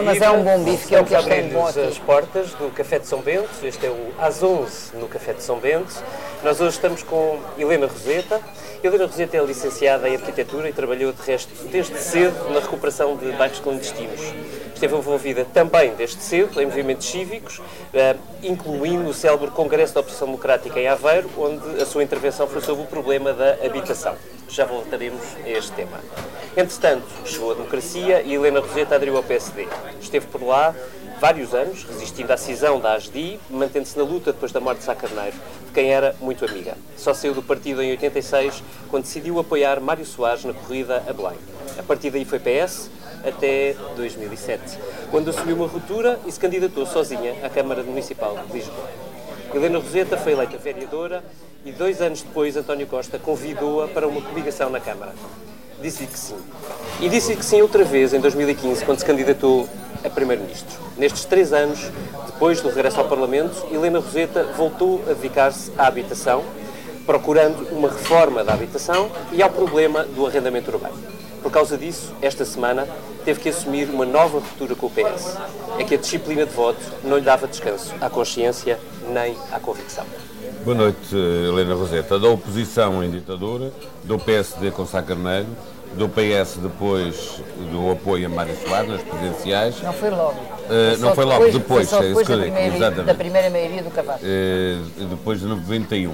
mas é um bom bife, que é o que eles têm bom aqui. As portas do Café de São Bento, este é o às 11 no Café de São Bento. Nós hoje estamos com Helena Roseta. Helena Roseta é licenciada em Arquitetura e trabalhou, de resto, desde cedo na recuperação de bairros clandestinos. Esteve envolvida também desde cedo em movimentos cívicos, incluindo o célebre Congresso da Oposição Democrática em Aveiro, onde a sua intervenção foi sobre o problema da habitação. Já voltaremos a este tema. Entretanto, chegou a democracia e Helena Roseta aderiu ao PSD. Esteve por lá vários anos, resistindo à cisão da ASDI, mantendo-se na luta depois da morte de Sá Carneiro, de quem era muito amiga. Só saiu do partido em 86, quando decidiu apoiar Mário Soares na corrida a Belém. A partir daí foi PS, até 2007, quando assumiu uma ruptura e se candidatou sozinha à Câmara Municipal de Lisboa. Helena Roseta foi eleita vereadora e 2 anos depois António Costa convidou-a para uma coligação na Câmara. Disse-lhe que sim. E disse-lhe que sim outra vez em 2015, quando se candidatou a Primeiro-Ministro. Nestes 3 anos, depois do regresso ao Parlamento, Helena Roseta voltou a dedicar-se à habitação, procurando uma reforma da habitação e ao problema do arrendamento urbano. Por causa disso, esta semana, teve que assumir uma nova ruptura com o PS. É que a disciplina de voto não lhe dava descanso à consciência nem à convicção. Boa noite, Helena Roseta. Da oposição em ditadura, do PSD com Sá Carneiro, do PS depois do apoio a Mário Soares nas presidenciais. Não foi logo. Não foi logo, depois, foi só depois exatamente. Da primeira maioria do Cavaco. Depois de 91.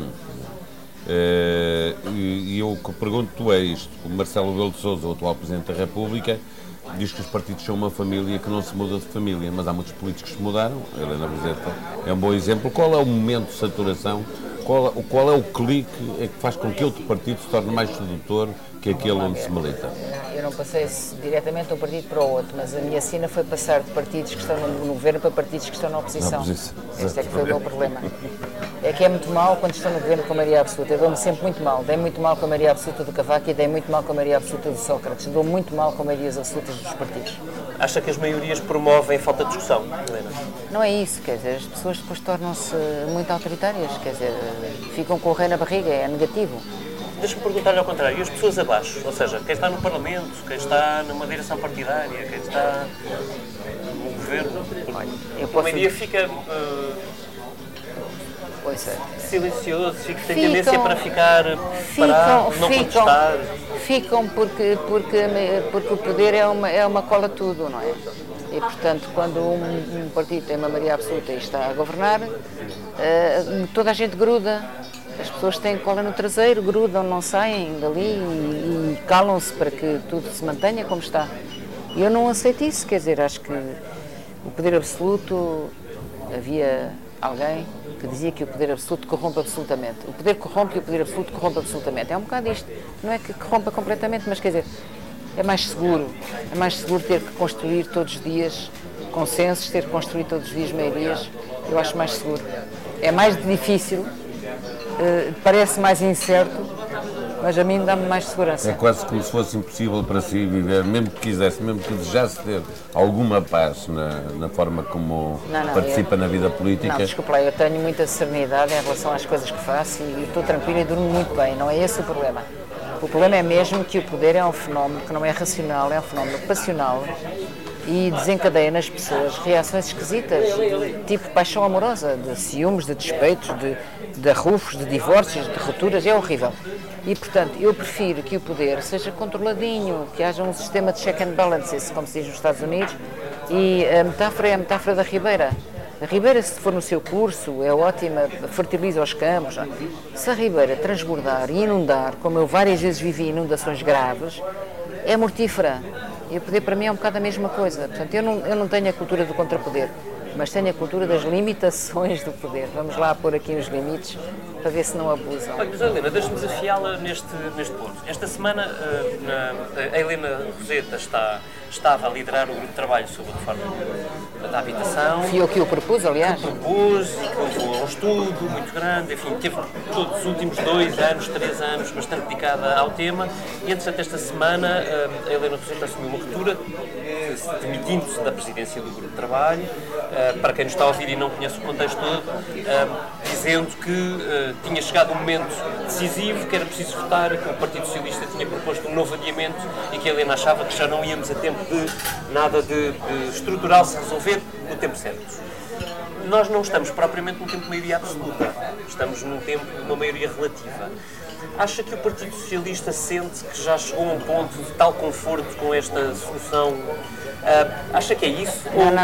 E eu que pergunto é isto: o Marcelo Rebelo de Sousa, o atual Presidente da República, diz que os partidos são uma família que não se muda de família, mas há muitos políticos que se mudaram. Helena Roseta é um bom exemplo. Qual é o momento de saturação? Qual é o clique que faz com que outro partido se torne mais sedutor que aquele onde se milita? Eu não passei diretamente de um partido para o outro, mas a minha sina foi passar de partidos que estão no governo para partidos que estão na oposição. Este é que foi o meu problema. É que é muito mal quando estou no governo com a maioria absoluta. Eu dou-me sempre muito mal. Dei muito mal com a maioria absoluta do Cavaco e dei muito mal com a maioria absoluta do Sócrates. Dou muito mal com maiorias absolutas dos partidos. Acha que as maiorias promovem falta de discussão, Helena? Não é isso, quer dizer, as pessoas depois tornam-se muito autoritárias, quer dizer, ficam com o rei na barriga, é negativo. Deixa-me perguntar-lhe ao contrário, e as pessoas abaixo? Ou seja, quem está no Parlamento, quem está numa direção partidária, quem está no governo? A maioria fica silencioso, fica sem tendência para ficar parado, não contestar. Ficam porque o poder é uma cola tudo, não é? E, portanto, quando um partido tem uma maioria absoluta e está a governar, toda a gente gruda. As pessoas têm cola no traseiro, grudam, não saem dali e calam-se para que tudo se mantenha como está. E eu não aceito isso, quer dizer, acho que o poder absoluto, havia alguém que dizia que o poder absoluto corrompe absolutamente. O poder corrompe e o poder absoluto corrompe absolutamente. É um bocado isto. Não é que corrompa completamente, mas quer dizer, é mais seguro. É mais seguro ter que construir todos os dias consensos, ter que construir todos os dias maiorias. Eu acho mais seguro. É mais difícil, parece mais incerto, mas a mim dá-me mais segurança. É quase como se fosse impossível para si viver, mesmo que quisesse, mesmo que desejasse ter alguma paz na forma como participa na vida política. Não, desculpa lá, eu tenho muita serenidade em relação às coisas que faço e estou tranquila e durmo muito bem, não é esse o problema. O problema é mesmo que o poder é um fenómeno que não é racional, é um fenómeno passional e desencadeia nas pessoas reações esquisitas, tipo paixão amorosa, de ciúmes, de despeitos, de arrufos, de divórcios, de rupturas, é horrível. E, portanto, eu prefiro que o poder seja controladinho, que haja um sistema de check and balances, como se diz nos Estados Unidos, e a metáfora é a metáfora da Ribeira. A Ribeira, se for no seu curso, é ótima, fertiliza os campos. Se a Ribeira transbordar e inundar, como eu várias vezes vivi inundações graves, é mortífera. E o poder para mim é um bocado a mesma coisa. Portanto, eu não tenho a cultura do contrapoder, mas tenho a cultura das limitações do poder. Vamos lá pôr aqui os limites para ver se não abusam. Olha, mas Helena, deixe-me desafiá-la neste ponto. Esta semana a Helena Roseta estava a liderar o grupo de trabalho sobre a reforma da habitação. Fui eu que o propus, aliás. Que propôs e que levou a um estudo muito grande, enfim, teve todos os últimos 2 anos, 3 anos bastante dedicada ao tema e, entretanto, esta semana a Helena Roseta assumiu uma ruptura, demitindo-se da presidência do grupo de trabalho, para quem nos está a ouvir e não conhece o contexto todo, dizendo que tinha chegado o momento de decisivo, que era preciso votar, que o Partido Socialista tinha proposto um novo adiamento e que a Helena achava que já não íamos a tempo de nada de estrutural se resolver no tempo certo. Nós não estamos propriamente num tempo de maioria absoluta, estamos num tempo de uma maioria relativa. Acha que o Partido Socialista sente que já chegou a um ponto de tal conforto com esta solução? Acha que é isso?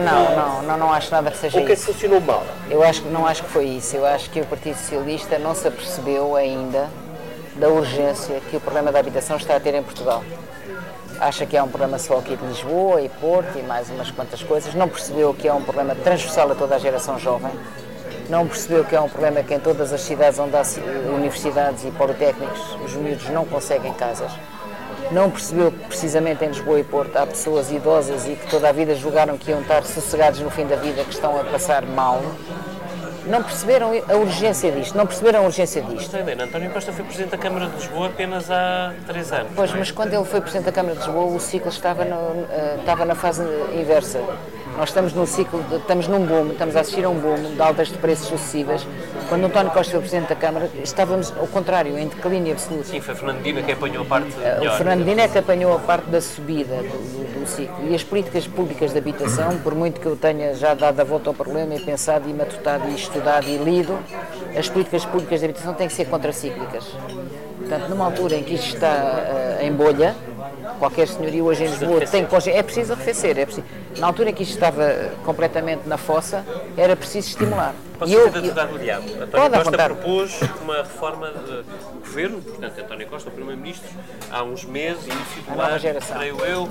Não acho nada que seja isso. Ou que funcionou mal? Não acho que foi isso. Eu acho que o Partido Socialista não se apercebeu ainda da urgência que o problema da habitação está a ter em Portugal. Acha que é um problema só aqui de Lisboa e Porto e mais umas quantas coisas. Não percebeu que é um problema transversal a toda a geração jovem. Não percebeu que é um problema que em todas as cidades onde há universidades e politécnicos os miúdos não conseguem casas. Não percebeu que precisamente em Lisboa e Porto há pessoas idosas e que toda a vida julgaram que iam estar sossegados no fim da vida, que estão a passar mal. Não perceberam a urgência disto, Helena, António Costa foi Presidente da Câmara de Lisboa apenas há 3 anos. Pois, mas quando ele foi Presidente da Câmara de Lisboa, o ciclo estava na fase inversa. Nós estamos num ciclo, estamos num boom, estamos a assistir a um boom de altas de preços sucessivas. Quando António Costa foi Presidente da Câmara, estávamos ao contrário, em declínio absoluto. Sim, foi Fernando Medina que apanhou a parte melhor. O Fernando Medina é que apanhou a parte da subida do ciclo. E as políticas públicas de habitação, por muito que eu tenha já dado a volta ao problema e pensado e matutado e estudado e lido, as políticas públicas de habitação têm que ser contracíclicas. Portanto, numa altura em que isto está em bolha, qualquer senhorio hoje em Lisboa tem consciência, é preciso arrefecer, na altura em que isto estava completamente na fossa, era preciso estimular. Posso ser advogado do diabo? António Costa propôs uma reforma de governo, portanto, António Costa, o Primeiro-Ministro, há uns meses, início do ano, creio eu,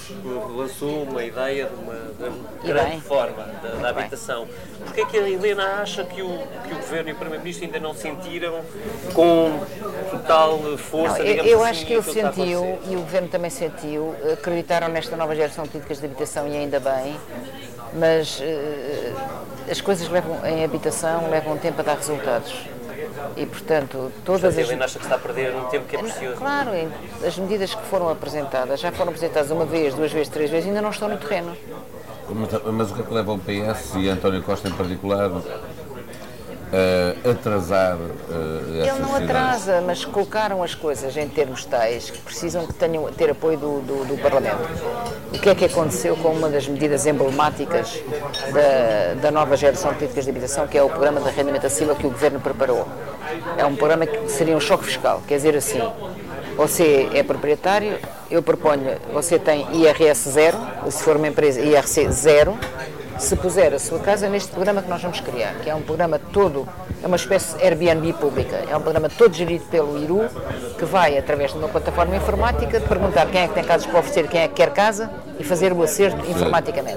lançou uma ideia de uma grande reforma da habitação. Porquê é que a Helena acha que o Governo e o Primeiro-Ministro ainda não sentiram com total força, digamos eu assim, acho que ele sentiu, e o Governo também sentiu, acreditaram nesta nova geração de políticas de habitação e ainda bem, mas as coisas em habitação levam tempo a dar resultados. E, portanto, todas as... Helena acha que está a perder um tempo que é precioso. Claro, as medidas que foram apresentadas, já foram apresentadas uma vez, 2 vezes, 3 vezes, ainda não estão no terreno. Mas o que é que leva o PS e António Costa em particular a atrasar essas Ele não atrasa, mas colocaram as coisas em termos tais que precisam que tenham ter apoio do Parlamento. O que é que aconteceu com uma das medidas emblemáticas da nova geração de políticas de habitação, que é o programa de arrendamento acessível que o Governo preparou? É um programa que seria um choque fiscal, quer dizer assim, você é proprietário, eu proponho, você tem IRS zero, se for uma empresa IRC zero, se puser a sua casa neste programa que nós vamos criar, que é um programa todo, é uma espécie de Airbnb pública, é um programa todo gerido pelo IRU, que vai, através de uma plataforma informática, perguntar quem é que tem casas para oferecer, quem é que quer casa, e fazer o acerto informaticamente.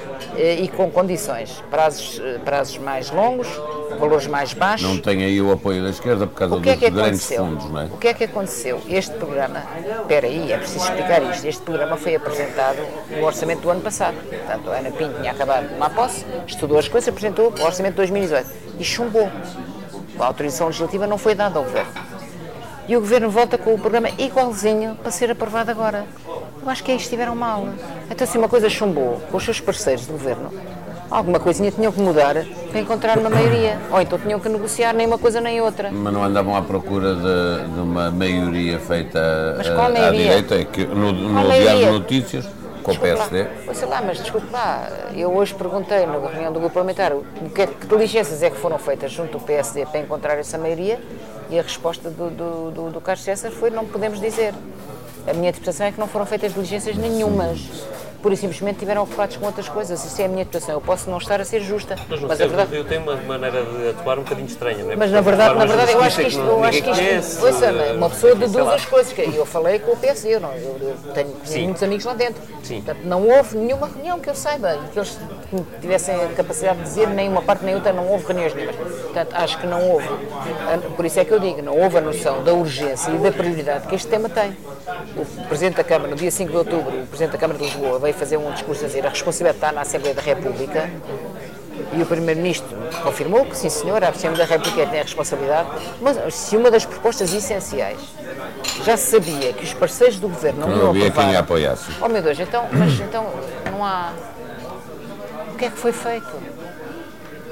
E com condições, prazos mais longos, valores mais baixos. Não tem aí o apoio da esquerda por causa dos grandes fundos, não é? O que é que aconteceu? Este programa, espera aí, é preciso explicar isto, este programa foi apresentado no orçamento do ano passado. Portanto, a Ana Pinto tinha acabado de tomar posse, estudou as coisas, apresentou o orçamento de 2018 e chumbou. A autorização legislativa não foi dada ao Governo. E o Governo volta com o programa igualzinho para ser aprovado agora. Eu acho que aí estiveram mal. Então, se uma coisa chumbou com os seus parceiros de Governo, alguma coisinha tinham que mudar para encontrar uma maioria. Ou então tinham que negociar nem uma coisa nem outra. Mas não andavam à procura de uma maioria feita à direita? É que no Diário de Notícias, com o PSD. Sei lá, mas desculpe lá, eu hoje perguntei na reunião do grupo parlamentar que diligências é que foram feitas junto do PSD para encontrar essa maioria e a resposta do Carlos César foi: não podemos dizer. A minha interpretação é que não foram feitas diligências nenhumas. Pura e simplesmente tiveram ocupados com outras coisas. Isso é a minha interpretação. Eu posso não estar a ser justa. Mas a verdade... Eu tenho uma maneira de atuar um bocadinho estranha, não é? Mas na verdade eu acho que isto ouça, uma pessoa deduz as coisas. Eu falei com o PSD, eu tenho muitos amigos lá dentro. Sim. Portanto, não houve nenhuma reunião que eu saiba e que eles tivessem a capacidade de dizer, nem uma parte nem outra, não houve reuniões nenhumas. Portanto, acho que não houve. Por isso é que eu digo, não houve a noção da urgência e da prioridade que este tema tem. O Presidente da Câmara, no dia 5 de outubro, o Presidente da Câmara de Lisboa veio fazer um discurso a dizer a responsabilidade está na Assembleia da República e o Primeiro-Ministro confirmou que, sim senhor, a Assembleia da República tem a responsabilidade, mas se uma das propostas essenciais já se sabia que os parceiros do Governo não iam aprovar... quem a apoiasse. Oh meu Deus, então não há... O que é que foi feito?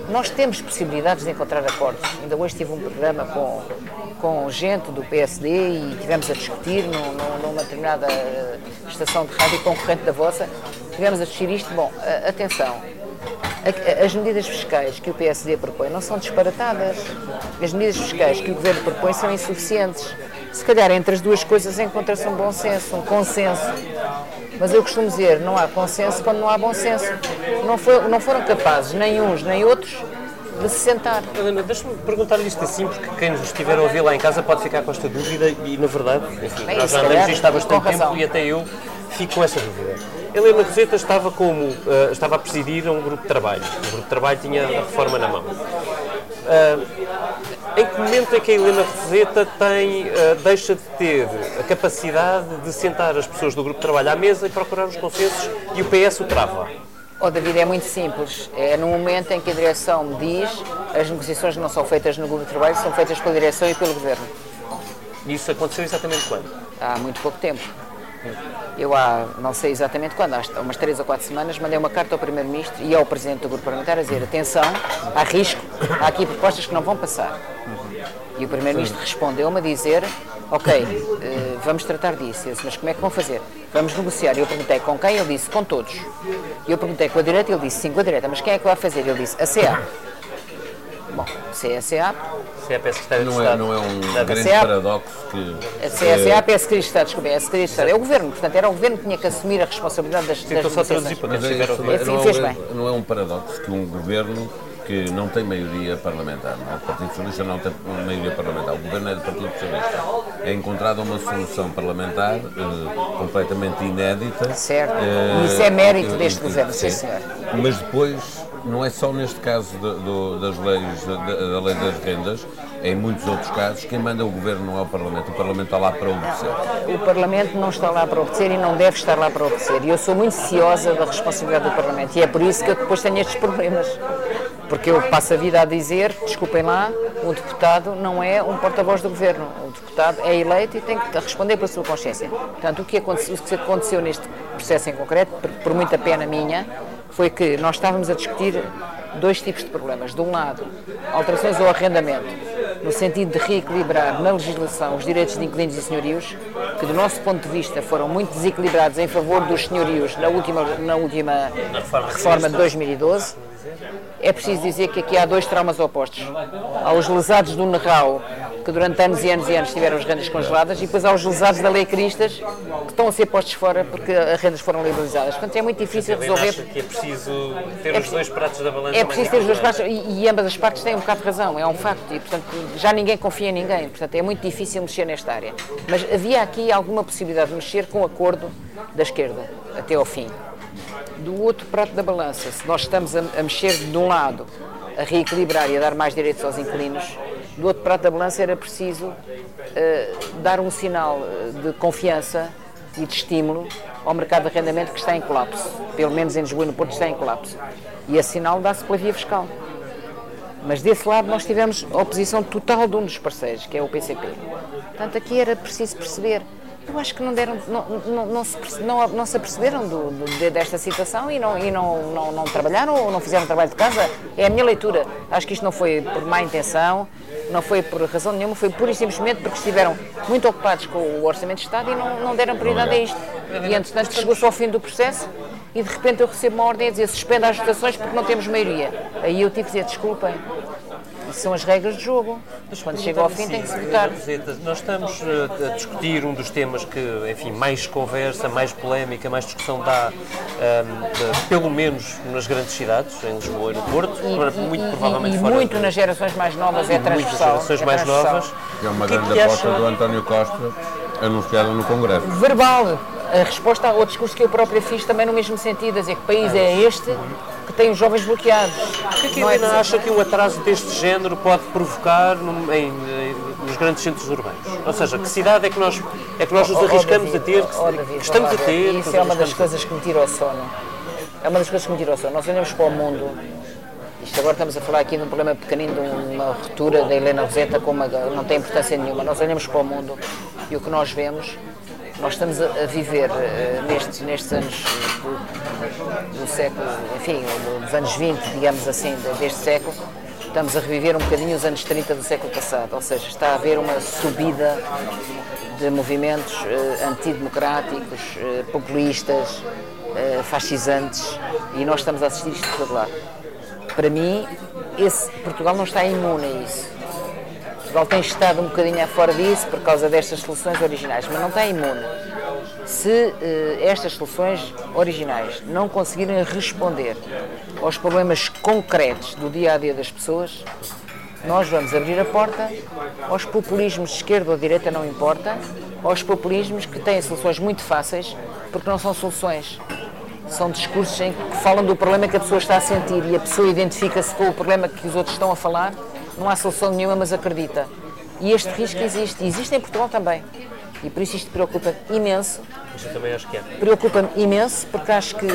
Nós temos possibilidades de encontrar acordos. Ainda hoje tive um programa com gente do PSD e tivemos a discutir numa determinada estação de rádio concorrente da vossa, tivemos a discutir isto. Bom, atenção, as medidas fiscais que o PSD propõe não são disparatadas. As medidas fiscais que o Governo propõe são insuficientes. Se calhar entre as duas coisas encontra-se um bom senso, um consenso. Mas eu costumo dizer, não há consenso quando não há bom senso. Não foram capazes, nem uns nem outros, de se sentar. Helena, deixa-me perguntar-lhe isto assim, porque quem nos estiver a ouvir lá em casa pode ficar com esta dúvida e, na verdade, enfim, nós já andamos isto há bastante tempo e até eu fico com essa dúvida. Helena Roseta estava a presidir um grupo de trabalho. O grupo de trabalho tinha a reforma na mão. Em que momento é que a Helena Roseta deixa de ter a capacidade de sentar as pessoas do grupo de trabalho à mesa e procurar os consensos e o PS o trava? Oh, David, é muito simples. É no momento em que a direção me diz as negociações não são feitas no grupo de trabalho, são feitas pela direção e pelo Governo. E isso aconteceu exatamente quando? Há muito pouco tempo. Eu não sei exatamente quando, há umas 3 ou 4 semanas, mandei uma carta ao Primeiro-Ministro e ao Presidente do Grupo Parlamentar a dizer, atenção, há risco, há aqui propostas que não vão passar. E o Primeiro-Ministro respondeu-me a dizer, ok, vamos tratar disso. Eu disse, mas como é que vão fazer? Vamos negociar. E eu perguntei com quem? Ele disse, com todos. E eu perguntei com a direita, ele disse, sim, com a direita. Mas quem é que vai fazer? Ele disse, a CA. Bom, se é a CA... Não é um grande paradoxo que... A CA, PS Secretaria de Estado, desculpa, é a Secretaria de Estado. É o Governo, portanto, era o Governo que tinha que assumir a responsabilidade das negociações. Não é um paradoxo que um Governo que não tem maioria parlamentar, não? O Partido Socialista não tem maioria parlamentar, o Governo é do Partido Socialista. É encontrada uma solução parlamentar completamente inédita. Certo, e isso é mérito deste Governo, sim senhor. Mas depois, não é só neste caso das leis, da lei das rendas, em muitos outros casos, quem manda o Governo não é o Parlamento está lá para obedecer. O Parlamento não está lá para obedecer e não deve estar lá para obedecer. E eu sou muito ciosa da responsabilidade do Parlamento e é por isso que eu depois tenho estes problemas. Porque eu passo a vida a dizer, desculpem lá, o deputado não é um porta-voz do Governo. O deputado é eleito e tem que responder pela sua consciência. Portanto, o que aconteceu neste processo em concreto, por muita pena minha, foi que nós estávamos a discutir 2 tipos de problemas. De um lado, alterações ao arrendamento, no sentido de reequilibrar na legislação os direitos de inquilinos e senhorios, que do nosso ponto de vista foram muito desequilibrados em favor dos senhorios na última reforma de 2012. É preciso dizer que aqui há 2 traumas opostos. Há os lesados do Nerrau, que durante anos e anos e anos tiveram as rendas congeladas, e depois há os lesados da Lei Cristas, que estão a ser postos fora porque as rendas foram liberalizadas. Portanto, é muito difícil resolver. Acha que é preciso ter os 2 pratos da balança? É preciso ter os 2 pratos, e ambas as partes têm um bocado de razão, é um facto, e portanto já ninguém confia em ninguém, portanto é muito difícil mexer nesta área. Mas havia aqui alguma possibilidade de mexer com o acordo da esquerda, até ao fim. Do outro prato da balança, se nós estamos a mexer de um lado, a reequilibrar e a dar mais direitos aos inquilinos, do outro prato da balança era preciso dar um sinal de confiança e de estímulo ao mercado de arrendamento que está em colapso. Pelo menos em Lisboa e no Porto está em colapso. E esse sinal dá-se pela via fiscal. Mas desse lado nós tivemos a oposição total de um dos parceiros, que é o PCP. Portanto, aqui era preciso perceber. Eu acho que não se aperceberam desta situação e não trabalharam ou não fizeram trabalho de casa. É a minha leitura. Acho que isto não foi por má intenção, não foi por razão nenhuma, foi pura e simplesmente porque estiveram muito ocupados com o Orçamento de Estado e não deram prioridade a isto. E, entretanto, chegou-se ao fim do processo e, de repente, eu recebo uma ordem a dizer suspenda as votações porque não temos maioria. Aí eu tive que dizer, desculpem. Isso são as regras de jogo. Quando chega ao fim tem que se votar. Nós estamos a discutir um dos temas que, enfim, mais conversa, mais polémica, mais discussão dá, pelo menos nas grandes cidades, em Lisboa e no Porto, muito provavelmente fora. E muito nas gerações mais novas é transversal. Nas gerações mais novas. É uma grande aposta do António Costa, anunciada no Congresso. Verbal. A resposta ao discurso que eu própria fiz também no mesmo sentido, a dizer que país é este que tem os jovens bloqueados. O que é que a Helena acha que um atraso deste género pode provocar nos grandes centros urbanos? Ou seja, que cidade é que nós nos arriscamos a ter, que estamos a ter? Isso é uma das coisas que me tira o sono. É uma das coisas que me tira o sono. Nós olhamos para o mundo. Isto agora estamos a falar aqui de um problema pequenino, de uma ruptura da Helena Roseta, não tem importância nenhuma. Nós olhamos para o mundo e o que nós vemos, nós estamos a viver nestes anos do século, enfim, dos anos 20, digamos assim, deste século, estamos a reviver um bocadinho os anos 30 do século passado, ou seja, está a haver uma subida de movimentos antidemocráticos, populistas, fascisantes, e nós estamos a assistir isto de todo lado. Para mim, Portugal não está imune a isso. Portugal tem estado um bocadinho fora disso por causa destas soluções originais, mas não está imune. Se estas soluções originais não conseguirem responder aos problemas concretos do dia-a-dia das pessoas, nós vamos abrir a porta aos populismos de esquerda ou de direita, não importa, aos populismos que têm soluções muito fáceis, porque não são soluções. São discursos em que falam do problema que a pessoa está a sentir e a pessoa identifica-se com o problema que os outros estão a falar, não há solução nenhuma, mas acredita. E este risco existe, e existe em Portugal também. E por isso isto preocupa imenso. Eu também acho que é. Preocupa-me imenso, porque acho que,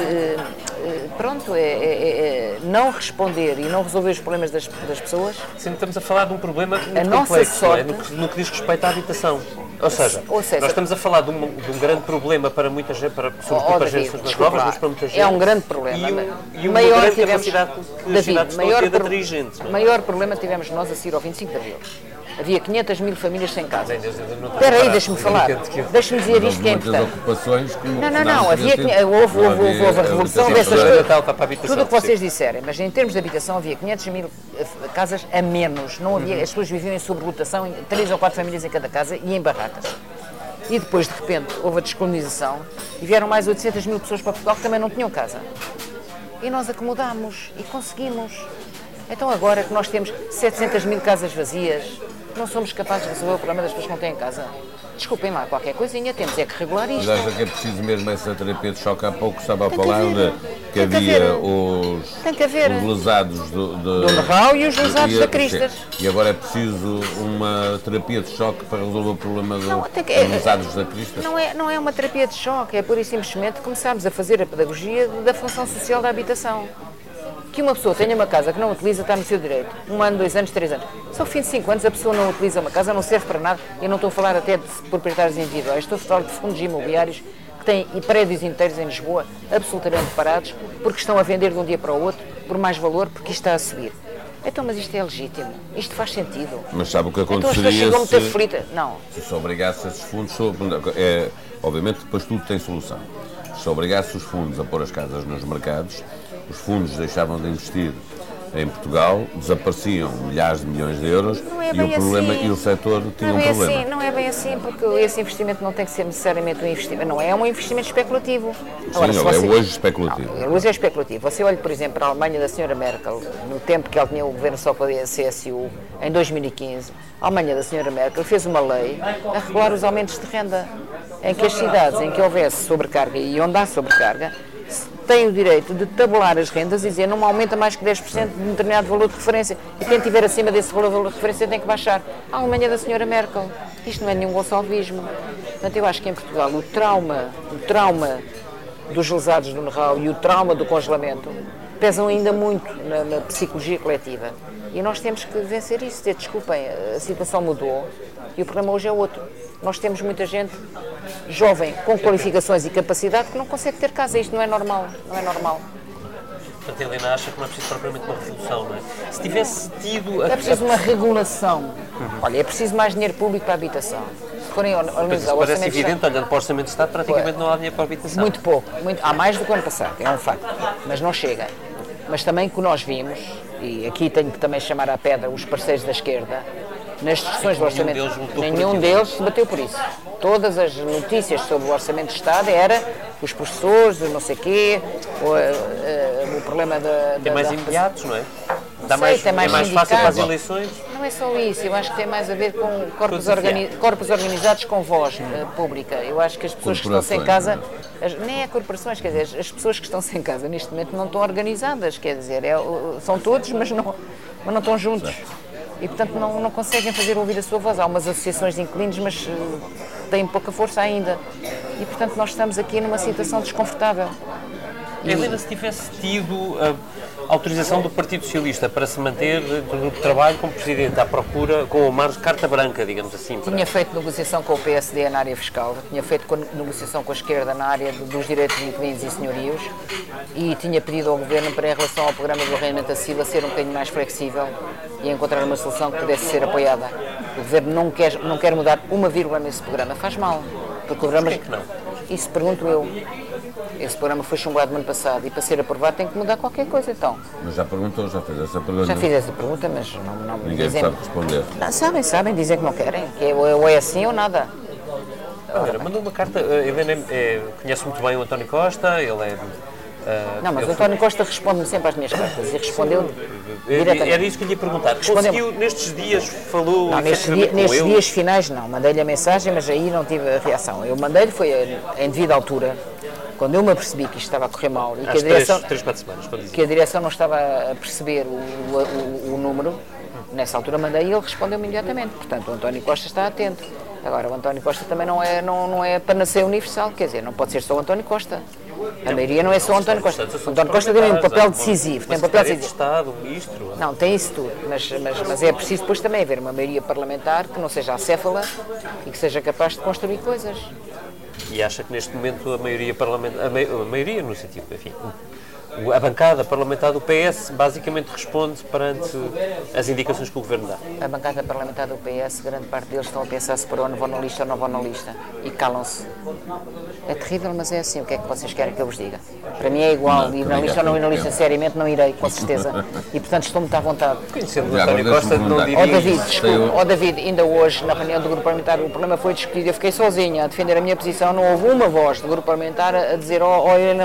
não responder e não resolver os problemas das pessoas... Sempre estamos a falar de um problema muito complexo, sorte, no que diz respeito à habitação. Ou seja, nós estamos a falar de um grande problema para muita gente, sobretudo para gerações mais novas, mas para muita gente. É um grande problema. E uma grande capacidade que as cidades estão a ter de atrair gente. O maior problema tivemos nós a seguir ao 25 de Abril. Havia 500 mil famílias sem casa. Espera aí, deixa-me falar. Deixa-me dizer isto que é importante. Não. Houve a revolução dessas coisas. Tudo o que vocês disserem, mas em termos de habitação havia 500 mil casas a menos. Não havia, as pessoas viviam em sobrelotação, 3 ou 4 famílias em cada casa e em barracas. E depois, de repente, houve a descolonização e vieram mais 800 mil pessoas para Portugal que também não tinham casa. E nós acomodámos e conseguimos. Então agora que nós temos 700 mil casas vazias, não somos capazes de resolver o problema das pessoas que não têm casa. Desculpem lá, qualquer coisinha, temos é que regular isto. Mas acha que é preciso mesmo essa terapia de choque? Há pouco estava a falar que havia os lesados do Nerral e os lesados da Cristas. E agora é preciso uma terapia de choque para resolver o problema dos lesados da Cristas? Não é uma terapia de choque, é pura e simplesmente começarmos a fazer a pedagogia da função social da habitação. Que uma pessoa tenha uma casa que não utiliza está no seu direito. 1 ano, 2 anos, 3 anos. Se ao fim de 5 anos a pessoa não utiliza uma casa, não serve para nada. Eu não estou a falar até de proprietários individuais, estou a falar de fundos imobiliários que têm prédios inteiros em Lisboa absolutamente parados porque estão a vender de um dia para o outro por mais valor porque isto está a subir. Então, mas isto é legítimo? Isto faz sentido? Mas sabe o que aconteceria se obrigasse esses fundos... obviamente, depois tudo tem solução. Se obrigasse os fundos a pôr as casas nos mercados, os fundos deixavam de investir em Portugal, desapareciam milhares de milhões de euros e o setor tinha um problema. Não é bem assim, porque esse investimento não tem que ser necessariamente um investimento, não é um investimento especulativo. Agora, é hoje especulativo. Não, hoje é especulativo. Você olha, por exemplo, para a Alemanha da Sra. Merkel, no tempo que ela tinha o governo só com a CSU, em 2015, a Alemanha da Sra. Merkel fez uma lei a regular os aumentos de renda, em que as cidades em que houvesse sobrecarga e onde há sobrecarga, tem o direito de tabular as rendas e dizer não aumenta mais que 10% de um determinado valor de referência e quem estiver acima desse valor de referência tem que baixar. A Alemanha da Sra. Merkel. Isto não é nenhum gonçalvismo. Portanto, eu acho que em Portugal o trauma dos lesados do Nerral e o trauma do congelamento pesam ainda muito na psicologia coletiva. E nós temos que vencer isso, dizer desculpem, a situação mudou e o problema hoje é outro. Nós temos muita gente jovem, com qualificações e capacidade, que não consegue ter casa. Isto não é normal, não é normal. Portanto, a Helena acha que não é preciso propriamente uma revolução, não é? Se tivesse tido... É preciso uma regulação. Olha, é preciso mais dinheiro público para a habitação. Se forem analisar o orçamento... Parece evidente, olhando para o Orçamento de Estado, praticamente não há dinheiro para a habitação. Muito pouco. Há mais do que o ano passado, é um facto. Mas não chega. Mas também que nós vimos, e aqui tenho que também chamar à pedra os parceiros da esquerda, nas discussões do orçamento, nenhum deles se bateu por isso. Todas as notícias sobre o orçamento de Estado era os professores, não sei quê, o problema da... Tem mais imediatos, não é? É mais fácil para as eleições? Não é só isso, eu acho que tem mais a ver com corpos organizados com voz pública. Eu acho que as pessoas que estão sem casa, nem é corporações, quer dizer, as pessoas que estão sem casa neste momento não estão organizadas, quer dizer, são todos, mas não estão juntos. E, portanto, não conseguem fazer ouvir a sua voz. Há umas associações de inquilinos, mas têm pouca força ainda. E, portanto, nós estamos aqui numa situação desconfortável. Helena, se tivesse tido autorização do Partido Socialista para se manter dentro do grupo de trabalho como Presidente à procura, com uma carta branca, digamos assim. Tinha feito negociação com o PSD na área fiscal, tinha feito negociação com a esquerda na área dos direitos de inquilinos e senhorios e tinha pedido ao Governo para, em relação ao programa do arrendamento acessível, ser um bocadinho mais flexível e encontrar uma solução que pudesse ser apoiada. O Governo não quer mudar uma vírgula nesse programa, faz mal. Porque o programa... Por que não? Isso pergunto eu. Esse programa foi chumbado no ano passado e para ser aprovado tem que mudar qualquer coisa, então. Mas já perguntou, já fez essa pergunta? Já fiz essa pergunta, mas não me Ninguém dizem... sabe responder. Não, sabem, dizem que não querem, que ou é assim ou nada. Mandou uma carta, a Helena conhece muito bem o António Costa, ele é... Não, mas o António Costa responde-me sempre às minhas cartas e respondeu diretamente. Era isso que lhe ia perguntar. Conseguiu, nestes dias, falou não, nestes dias finais não, mandei-lhe a mensagem, mas aí não tive a reação. Eu mandei-lhe, foi em devida altura, quando eu me apercebi que isto estava a correr mal e que a direção, 3-4 semanas, que a direção não estava a perceber o número, nessa altura mandei e ele respondeu-me imediatamente. Portanto, o António Costa está atento. Agora, o António Costa também não é panaceia universal, quer dizer, não pode ser só o António Costa. A maioria não é só o António Costa. O António Costa tem um papel decisivo. Tem um papel decisivo. Estado, o ministro. Não, tem isso tudo. Mas é preciso depois também haver uma maioria parlamentar que não seja acéfala e que seja capaz de construir coisas. E acha que neste momento a maioria parlamentar, a maioria no sentido, enfim, a bancada parlamentar do PS basicamente responde perante as indicações que o Governo dá? A bancada parlamentar do PS, grande parte deles estão a pensar se para onde vão na lista ou não vão na lista. E calam-se. É terrível, mas é assim. O que é que vocês querem que eu vos diga? Para mim é igual. Ir na lista ou não ir na lista, seriamente não irei, com certeza. E portanto estou muito à vontade. Conhecendo o António Costa, não diria... David, ainda hoje, na reunião do grupo parlamentar, o problema foi discutido. Eu fiquei sozinha a defender a minha posição. Não houve uma voz do grupo parlamentar a dizer Helena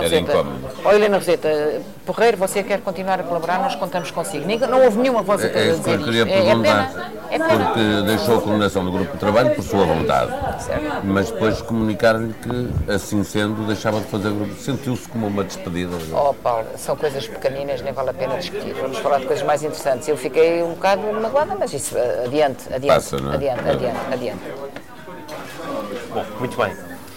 Roseta, Porreiro, você quer continuar a colaborar, nós contamos consigo. Não houve nenhuma voz a dizer isto. É pena. Porque deixou a coordenação do grupo de trabalho por sua vontade. Certo. Mas depois comunicar-lhe que, assim sendo, deixava de fazer grupo. Sentiu-se como uma despedida. Oh, Paulo, são coisas pequeninas, nem vale a pena discutir. Vamos falar de coisas mais interessantes. Eu fiquei um bocado magoada, mas isso, adiante. Passa, não é? Adiante. Bom, muito bem.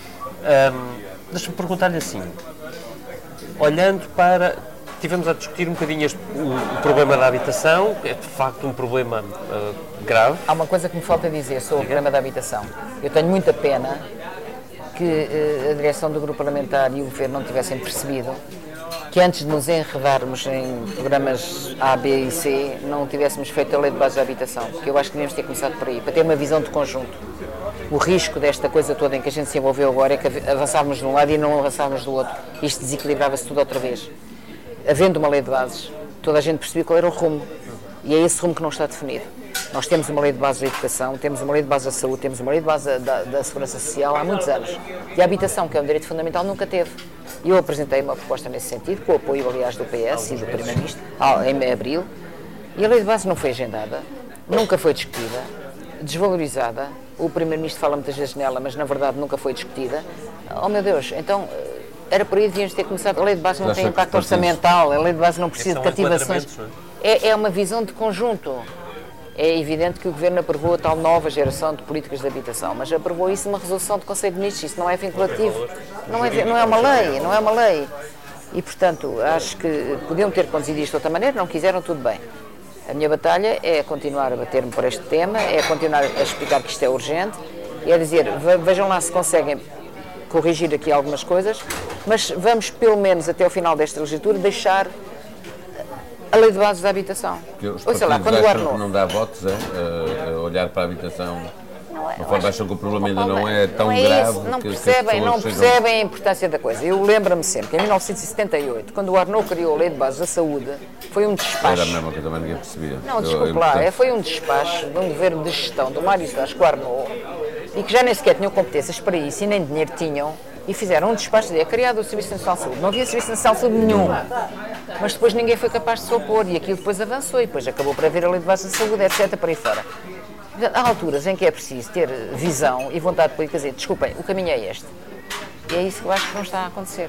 Deixa-me perguntar-lhe assim. Olhando para... Tivemos a discutir um bocadinho o problema da habitação, é de facto um problema grave. Há uma coisa que me falta dizer sobre o problema da habitação. Eu tenho muita pena que a direção do grupo parlamentar e o Governo não tivessem percebido que antes de nos enredarmos em programas A, B e C, não tivéssemos feito a lei de base da habitação, porque eu acho que devíamos ter começado por aí, para ter uma visão de conjunto. O risco desta coisa toda em que a gente se envolveu agora é que avançávamos de um lado e não avançávamos do outro. Isto desequilibrava-se tudo outra vez. Havendo uma lei de bases, toda a gente percebeu qual era o rumo. E é esse rumo que não está definido. Nós temos uma lei de bases da educação, temos uma lei de bases da saúde, temos uma lei de bases da segurança social há muitos anos. E a habitação, que é um direito fundamental, nunca teve. E eu apresentei uma proposta nesse sentido, com o apoio, aliás, do PS e do Primeiro-Ministro, em abril. E a lei de bases não foi agendada, nunca foi discutida, desvalorizada. O Primeiro-Ministro fala muitas vezes nela, mas na verdade nunca foi discutida. Oh meu Deus, então... Era por aí que devíamos ter começado. A lei de base não tem impacto orçamental, a lei de base não precisa de cativações. É uma visão de conjunto. É evidente que o Governo aprovou a tal nova geração de políticas de habitação, mas aprovou isso numa resolução do Conselho de Ministros. Isso não é vinculativo. Não é uma lei. E, portanto, acho que podiam ter conduzido isto de outra maneira, não quiseram, tudo bem. A minha batalha é continuar a bater-me por este tema, é continuar a explicar que isto é urgente, e é dizer, vejam lá se conseguem corrigir aqui algumas coisas, mas vamos pelo menos até ao final desta legislatura deixar a lei de bases da habitação. Os sei lá, quando o Arnaud não dá votos a olhar para a habitação, de forma acham que o problema ainda não é tão grave. Não percebem a importância da coisa. Eu lembro-me sempre que em 1978, quando o Arnaud criou a lei de bases da saúde, foi um despacho. Era a mesma que também ninguém percebia. Não, desculpe lá, foi um despacho de um governo de gestão do Mário Soares com o Arnaud, e que já nem sequer tinham competências para isso e nem dinheiro tinham, e fizeram um despacho de criado o Serviço Nacional de Saúde. Não havia Serviço Nacional de Saúde nenhum, mas depois ninguém foi capaz de se opor, e aquilo depois avançou, e depois acabou por haver a lei de bases da saúde, etc., para aí fora. Há alturas em que é preciso ter visão e vontade política, dizer, desculpem, o caminho é este. E é isso que eu acho que não está a acontecer.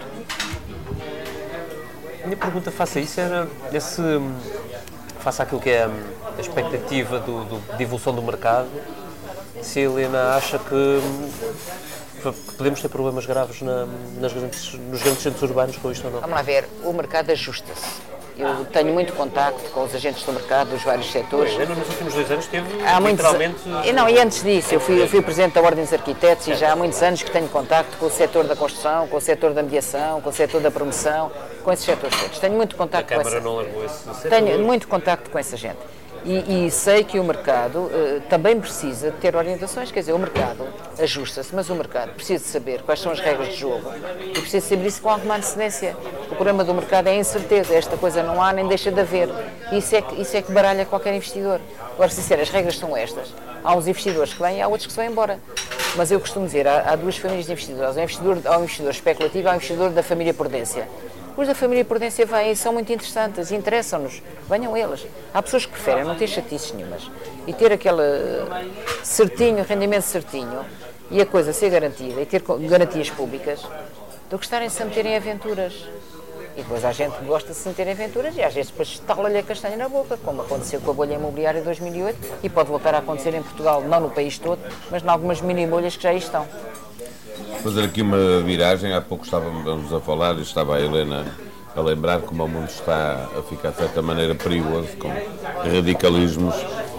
A minha pergunta face a isso era, face àquilo que é a expectativa de evolução do mercado, se a Helena acha que podemos ter problemas graves nos grandes centros urbanos com isto ou não? Vamos lá ver, o mercado ajusta-se. Eu tenho muito contacto com os agentes do mercado, dos vários setores. Nos últimos 2 anos teve literalmente... E antes disso, eu fui presidente da Ordem dos Arquitetos e já há muitos anos que tenho contacto com o setor da construção, com o setor da mediação, com o setor da promoção, com esses setores todos. Tenho muito contacto com Câmara não largou esse setor. Tenho muito contacto com essa gente. E sei que o mercado também precisa de ter orientações, quer dizer, o mercado ajusta-se, mas o mercado precisa de saber quais são as regras de jogo e precisa saber isso com alguma antecedência. O problema do mercado é a incerteza, esta coisa não há nem deixa de haver. Isso é que baralha qualquer investidor. Agora, se disser, as regras são estas, há uns investidores que vêm e há outros que se vão embora. Mas eu costumo dizer, há duas famílias de investidores, há um investidor especulativo e há um investidor da família Prudência. Os da família Prudência vêm e são muito interessantes, interessam-nos, venham eles. Há pessoas que preferem não ter chatices nenhumas e ter aquele certinho, rendimento certinho e a coisa ser garantida e ter garantias públicas do que estarem-se a meter em aventuras. E depois há gente que gosta de se meter em aventuras e às vezes depois estala-lhe a castanha na boca, como aconteceu com a bolha imobiliária de 2008 e pode voltar a acontecer em Portugal, não no país todo, mas em algumas mini-bolhas que já aí estão. Fazer aqui uma viragem, há pouco estávamos a falar e estava a Helena a lembrar como o mundo está a ficar de certa maneira perigoso, com radicalismos.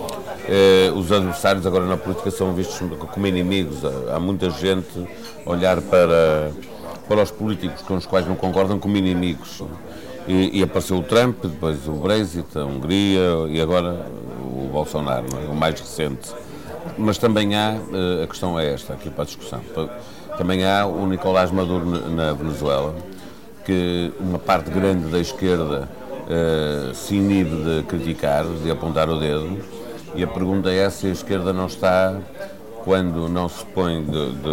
Os adversários agora na política são vistos como inimigos. Há muita gente a olhar para os políticos com os quais não concordam como inimigos. E apareceu o Trump, depois o Brexit, a Hungria e agora o Bolsonaro, não é? O mais recente. Mas também há, a questão é esta, aqui para a discussão, também há o Nicolás Maduro na Venezuela, que uma parte grande da esquerda se inibe de criticar, de apontar o dedo, e a pergunta é se a esquerda não está, quando não se põe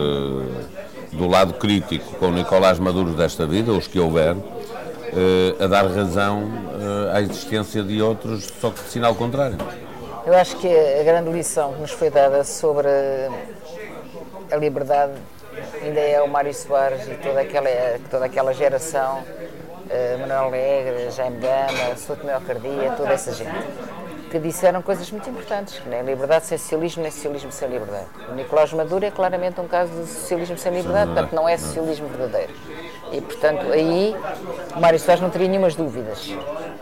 do lado crítico com o Nicolás Maduro desta vida, os que houver, a dar razão à existência de outros, só que de sinal contrário. Eu acho que a grande lição que nos foi dada sobre a liberdade ainda é o Mário Soares e toda aquela geração, Manuel Alegre, Jaime Gama, Souto Miocardia, toda essa gente, que disseram coisas muito importantes, que nem liberdade sem socialismo, nem socialismo sem liberdade. O Nicolás Maduro é claramente um caso de socialismo sem liberdade, portanto não é socialismo verdadeiro. E, portanto, aí o Mário Soares não teria nenhumas dúvidas.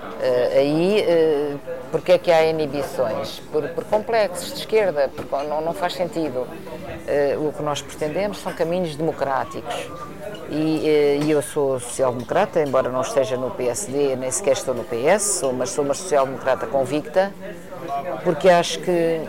Porque é que há inibições? Por complexos de esquerda, porque não faz sentido. O que nós pretendemos são caminhos democráticos. E eu sou social-democrata, embora não esteja no PSD, nem sequer estou no PS, mas sou uma social-democrata convicta, porque acho que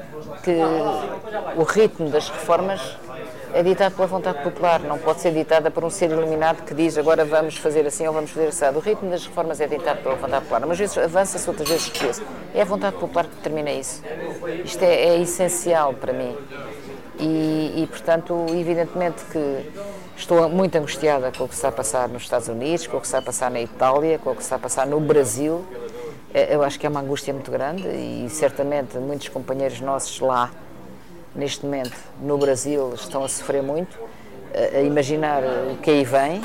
o ritmo das reformas é ditado pela vontade popular, não pode ser ditada por um ser iluminado que diz agora vamos fazer assim ou vamos fazer assim. O ritmo das reformas é ditado pela vontade popular, umas vezes avança-se, outras vezes recusa-se. É a vontade popular que determina isso. Isto é essencial para mim. E, portanto, evidentemente que estou muito angustiada com o que está a passar nos Estados Unidos, com o que está a passar na Itália, com o que está a passar no Brasil. Eu acho que é uma angústia muito grande e certamente muitos companheiros nossos lá, neste momento, no Brasil, estão a sofrer muito, a imaginar o que aí vem,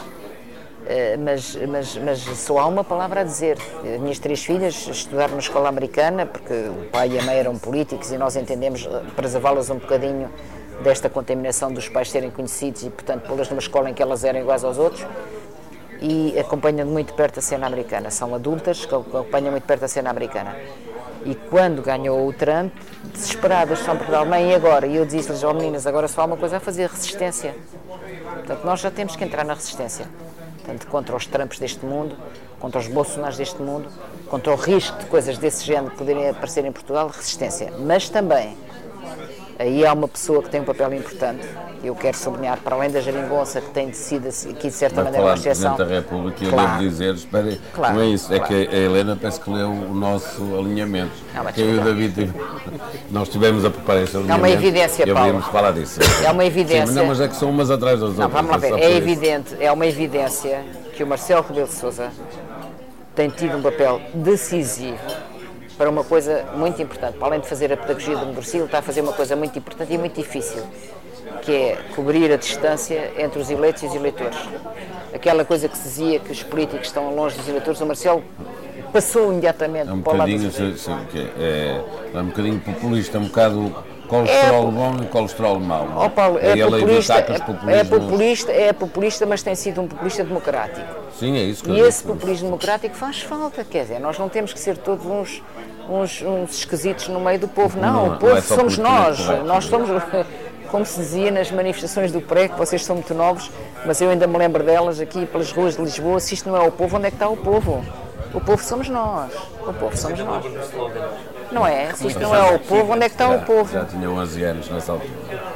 mas só há uma palavra a dizer. As minhas 3 filhas estudaram na escola americana, porque o pai e a mãe eram políticos e nós entendemos preservá-las um bocadinho desta contaminação dos pais serem conhecidos e, portanto, pô-las numa escola em que elas eram iguais aos outros. E acompanham muito perto a cena americana. São adultas que acompanham muito perto a cena americana. E quando ganhou o Trump, desesperadas, são Portugal, mãe, e agora? E eu disse-lhes, meninas, agora só há uma coisa a fazer, resistência. Portanto, nós já temos que entrar na resistência. Portanto, contra os Trumps deste mundo, contra os Bolsonaros deste mundo, contra o risco de coisas desse género poderem aparecer em Portugal, resistência. Mas também, aí há uma pessoa que tem um papel importante, que eu quero sublinhar, para além da geringonça, que tem sido aqui de certa maneira uma exceção. Presidente da República, eu devo dizer, espera aí, não é isso, é que a Helena parece que leu o nosso alinhamento. Que eu e o David, nós estivemos a preparar esse alinhamento. É uma evidência, Paulo. Devíamos falar disso. É uma evidência. Sim, mas é que são umas atrás das outras. Vamos lá ver, é evidente, é uma evidência que o Marcelo Rebelo de Sousa tem tido um papel decisivo para uma coisa muito importante. Para além de fazer a pedagogia do Brasil, está a fazer uma coisa muito importante e muito difícil, que é cobrir a distância entre os eleitos e os eleitores. Aquela coisa que se dizia que os políticos estão longe dos eleitores, o Marcelo passou imediatamente para o lado dos... É um bocadinho populista, um bocado Colesterol bom e colesterol mau. Ó Paulo, E ele ataca os populismos. é populista, mas tem sido um populista democrático. Sim, é isso que E eu esse digo. populismo democrático faz falta, quer dizer, nós não temos que ser todos uns esquisitos no meio do povo, não. Não, O povo não é só somos politicamente nós. correto. Nós somos, como se dizia nas manifestações do PREC, vocês são muito novos, mas eu ainda me lembro delas aqui pelas ruas de Lisboa. Se isto não é o povo, onde é que está o povo? O povo somos nós. O povo somos nós. Não é? Se isto não é o povo, onde é que está o povo? Já tinha 11 anos nessa altura.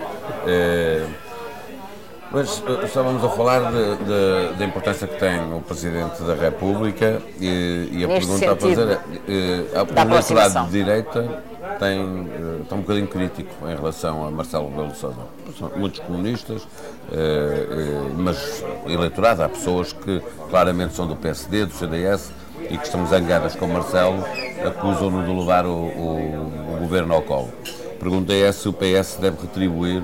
Mas estávamos a falar da importância que tem o Presidente da República e a Neste pergunta a fazer é, da o eleitorado aproximação. de direita está um bocadinho crítico em relação a Marcelo Rebelo de Sousa. São muitos comunistas, mas eleitorado, há pessoas que claramente são do PSD, do CDS e que estão zangadas com Marcelo, acusam-no de levar o governo ao colo. A pergunta é se o PS deve retribuir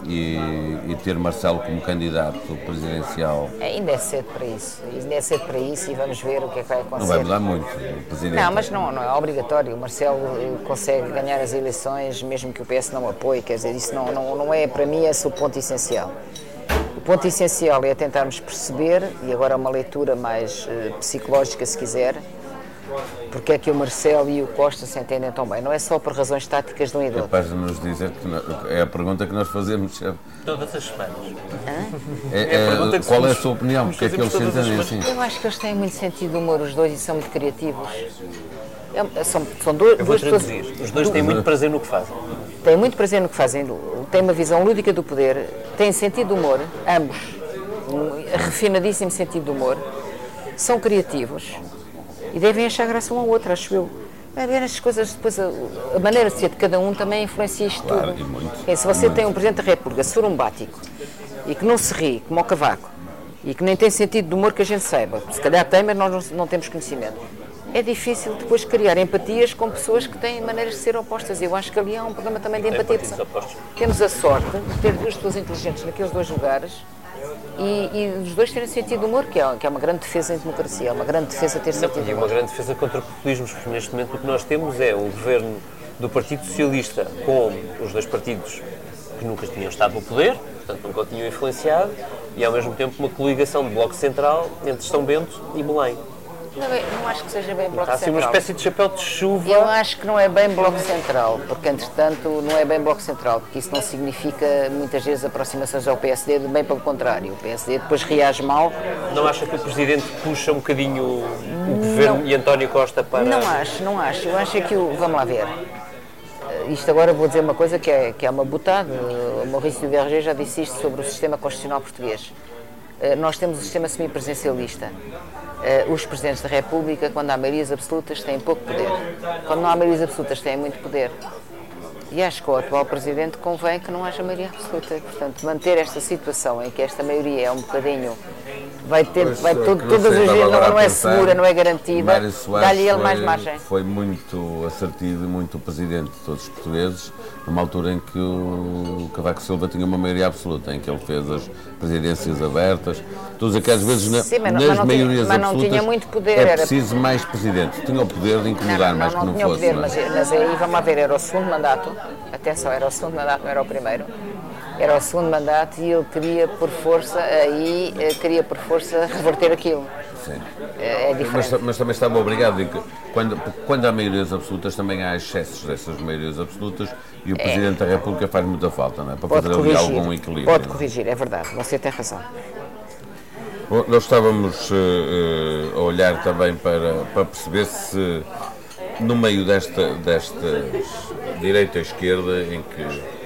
e ter Marcelo como candidato presidencial. Ainda é cedo para isso. Ainda é cedo para isso e vamos ver o que é que vai acontecer. Não vai mudar muito o Presidente. Não, mas não é obrigatório. O Marcelo consegue ganhar as eleições mesmo que o PS não o apoie. Quer dizer, isso não é, para mim, esse o ponto essencial. O ponto essencial é tentarmos perceber, e agora uma leitura mais psicológica, se quiser, porque é que o Marcelo e o Costa se entendem tão bem. Não é só por razões táticas de um e do outro. Capaz de nos dizer que é a pergunta que nós fazemos. Todas as semanas. Qual é a sua opinião? Porque é que eles se entendem assim? Eu acho que eles têm muito sentido de humor, os dois, e são muito criativos. São Eu vou duas pessoas. traduzir. Os dois têm muito prazer no que fazem. Têm muito prazer no que fazem, têm uma visão lúdica do poder, têm sentido de humor, ambos, um refinadíssimo sentido de humor, são criativos e devem achar graça um ao outro, acho eu. Vai ver estas coisas, depois a maneira de ser de cada um também influencia isto Claro, tudo. e muito. Se você tem um Presidente da República surumbático e que não se ri, como ao cavaco, e que nem tem sentido de humor que a gente saiba, se calhar tem, mas nós não temos conhecimento, é difícil depois criar empatias com pessoas que têm maneiras de ser opostas. Eu acho que ali há um problema também de empatia. partidos opostos. Temos a sorte de ter duas pessoas inteligentes naqueles dois lugares e os dois terem sentido de humor, que é uma grande defesa em democracia, é uma grande defesa ter sentido de E uma humor. grande defesa contra populismos, porque neste momento o que nós temos é um governo do Partido Socialista com os dois partidos que nunca tinham estado no poder, portanto nunca o tinham influenciado, e ao mesmo tempo uma coligação de Bloco Central entre São Bento e Belém. Não acho que seja bem Bloco Está assim uma Central. espécie de chapéu de chuva. Eu acho que não é bem Bloco Central, porque entretanto não é bem Bloco Central, porque isso não significa muitas vezes aproximações ao PSD, bem pelo contrário. O PSD depois reage mal. Não acha que o Presidente puxa um bocadinho o Governo e António Costa para... Não acho. Eu acho que vamos lá ver. Isto agora vou dizer uma coisa que é uma botada. O Maurício Verger já disse isto sobre o sistema constitucional português. Nós temos o sistema semipresidencialista. Os Presidentes da República, quando há maiorias absolutas, têm pouco poder. Quando não há maiorias absolutas, têm muito poder. E acho que ao atual Presidente convém que não haja maioria absoluta. Portanto, manter esta situação em que esta maioria é um bocadinho... todas as vezes não é segura, não é garantida, Mário Soares dá-lhe ele mais margem. Foi muito assertivo e muito presidente de todos os portugueses, numa altura em que o Cavaco Silva tinha uma maioria absoluta, em que ele fez as presidências abertas. Todas aquelas vezes Sim, mas nas maiorias mas não absolutas tinha muito poder, é era- preciso mais presidente. Tinha o poder de incomodar mais que não tinha o fosse. poder, não é? mas aí vamos lá ver, era o segundo mandato, atenção, era o segundo mandato, não era o primeiro, era o segundo mandato e ele queria por força reverter aquilo. Sim. É diferente. Mas também estava obrigado, em que quando há maiorias absolutas também há excessos dessas maiorias absolutas e o Presidente da República faz muita falta, não é? Para fazer ali algum equilíbrio. Pode corrigir, é verdade, você tem razão. Bom, nós estávamos a olhar também para perceber se no meio desta direita e esquerda, em que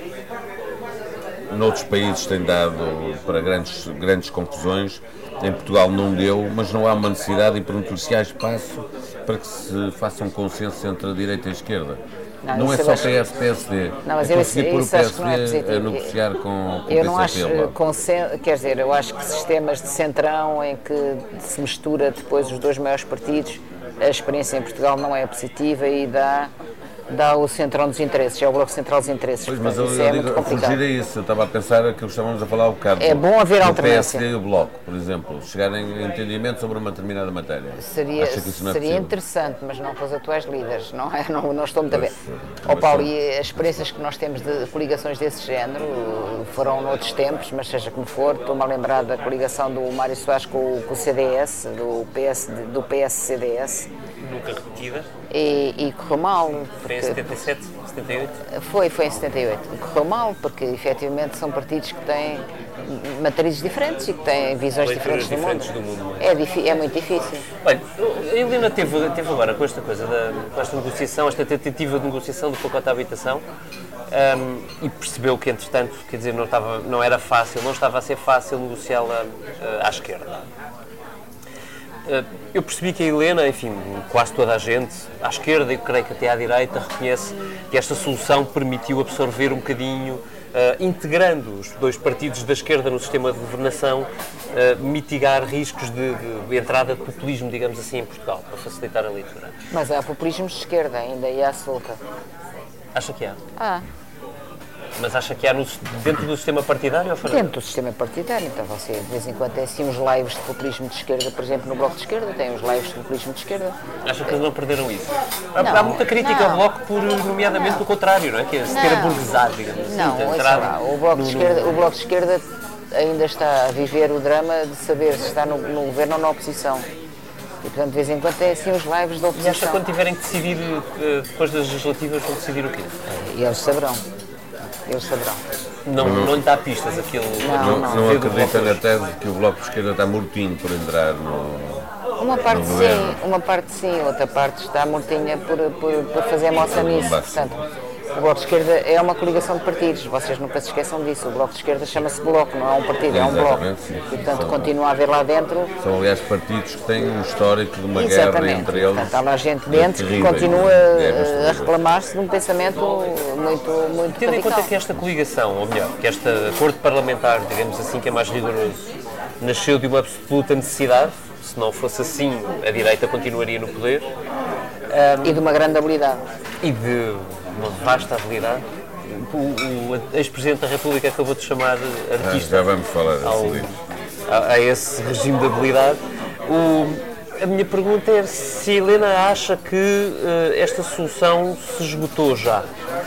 noutros países tem dado para grandes confusões, em Portugal não deu, mas não há uma necessidade e pergunto-lhe se há espaço para que se faça um consenso entre a direita e a esquerda. Não é isso só eu acho- PS, PSD. Não, mas é eu conseguir pôr o isso acho que não é PSD a positivo. negociar com o Eu não acho, PCP lá. quer dizer, eu acho que sistemas de centrão em que se mistura depois os dois maiores partidos, a experiência em Portugal não é positiva e dá dá o centrão dos interesses, é o bloco central dos interesses. Pois, mas portanto, isso é muito complicado. fugir a isso, eu estava a pensar aquilo que estávamos a falar há um bocado. É bom haver o alternância. PSD e o Bloco, por exemplo, chegarem a entendimento sobre uma determinada matéria. Seria possível? interessante, mas não com os atuais líderes, não é? Não estou muito a ver. Paulo, e as experiências que nós temos de coligações desse género foram noutros tempos, mas seja como for, estou-me a lembrar da coligação do Mário Soares com o CDS, do PS-CDS. Nunca repetida. E correu mal. Foi em 77, 78? Foi em 78. Correu mal, porque efetivamente são partidos que têm matrizes diferentes e que têm visões diferentes do mundo. É muito difícil. Olha, a Helena teve agora com esta coisa, com esta negociação, esta tentativa de negociação do pacote à habitação, e percebeu que, entretanto, quer dizer, não estava a ser fácil negociá-la à esquerda. Eu percebi que a Helena, enfim, quase toda a gente, à esquerda e creio que até à direita, reconhece que esta solução permitiu absorver um bocadinho, integrando os dois partidos da esquerda no sistema de governação, mitigar riscos de entrada de populismo, digamos assim, em Portugal, para facilitar a leitura. Mas há populismos de esquerda ainda e há solta. Acha que há? Mas acha que há dentro do sistema partidário ou fora? Dentro do sistema partidário, então você de vez em quando tem assim uns lives de populismo de esquerda, por exemplo, no Bloco de Esquerda, tem uns lives de populismo de esquerda. Acha que eles não perderam isso? Há muita crítica ao Bloco por, nomeadamente, o contrário, não é? Que é se ter aburguesado, digamos assim. Não, o Bloco de Esquerda ainda está a viver o drama de saber se está no governo ou na oposição. E, portanto, de vez em quando tem assim os lives da oposição. E acha que quando tiverem que decidir, depois das legislativas, vão decidir o quê? E eles saberão. Não lhe dá pistas aquilo? Não acredita na tese que o Bloco de Esquerda está mortinho por entrar no... Uma parte sim, outra parte está mortinha por fazer moça nisso. Portanto, o Bloco de Esquerda é uma coligação de partidos, vocês nunca se esqueçam disso. O Bloco de Esquerda chama-se Bloco, não é um partido, é um bloco. Sim. E, portanto, continua a haver lá dentro... São, aliás, partidos que têm um histórico de uma guerra entre eles. Portanto, há lá gente dentro que continua a reclamar-se de um pensamento muito Tendo em radical. conta que esta coligação, ou melhor, que este acordo parlamentar, digamos assim, que é mais rigoroso, nasceu de uma absoluta necessidade. Se não fosse assim, a direita continuaria no poder. E de uma grande habilidade. E de uma vasta habilidade. O ex-presidente da República acabou de chamar artista já vamos falar a esse regime de habilidade. A minha pergunta é se a Helena acha que esta solução se esgotou já.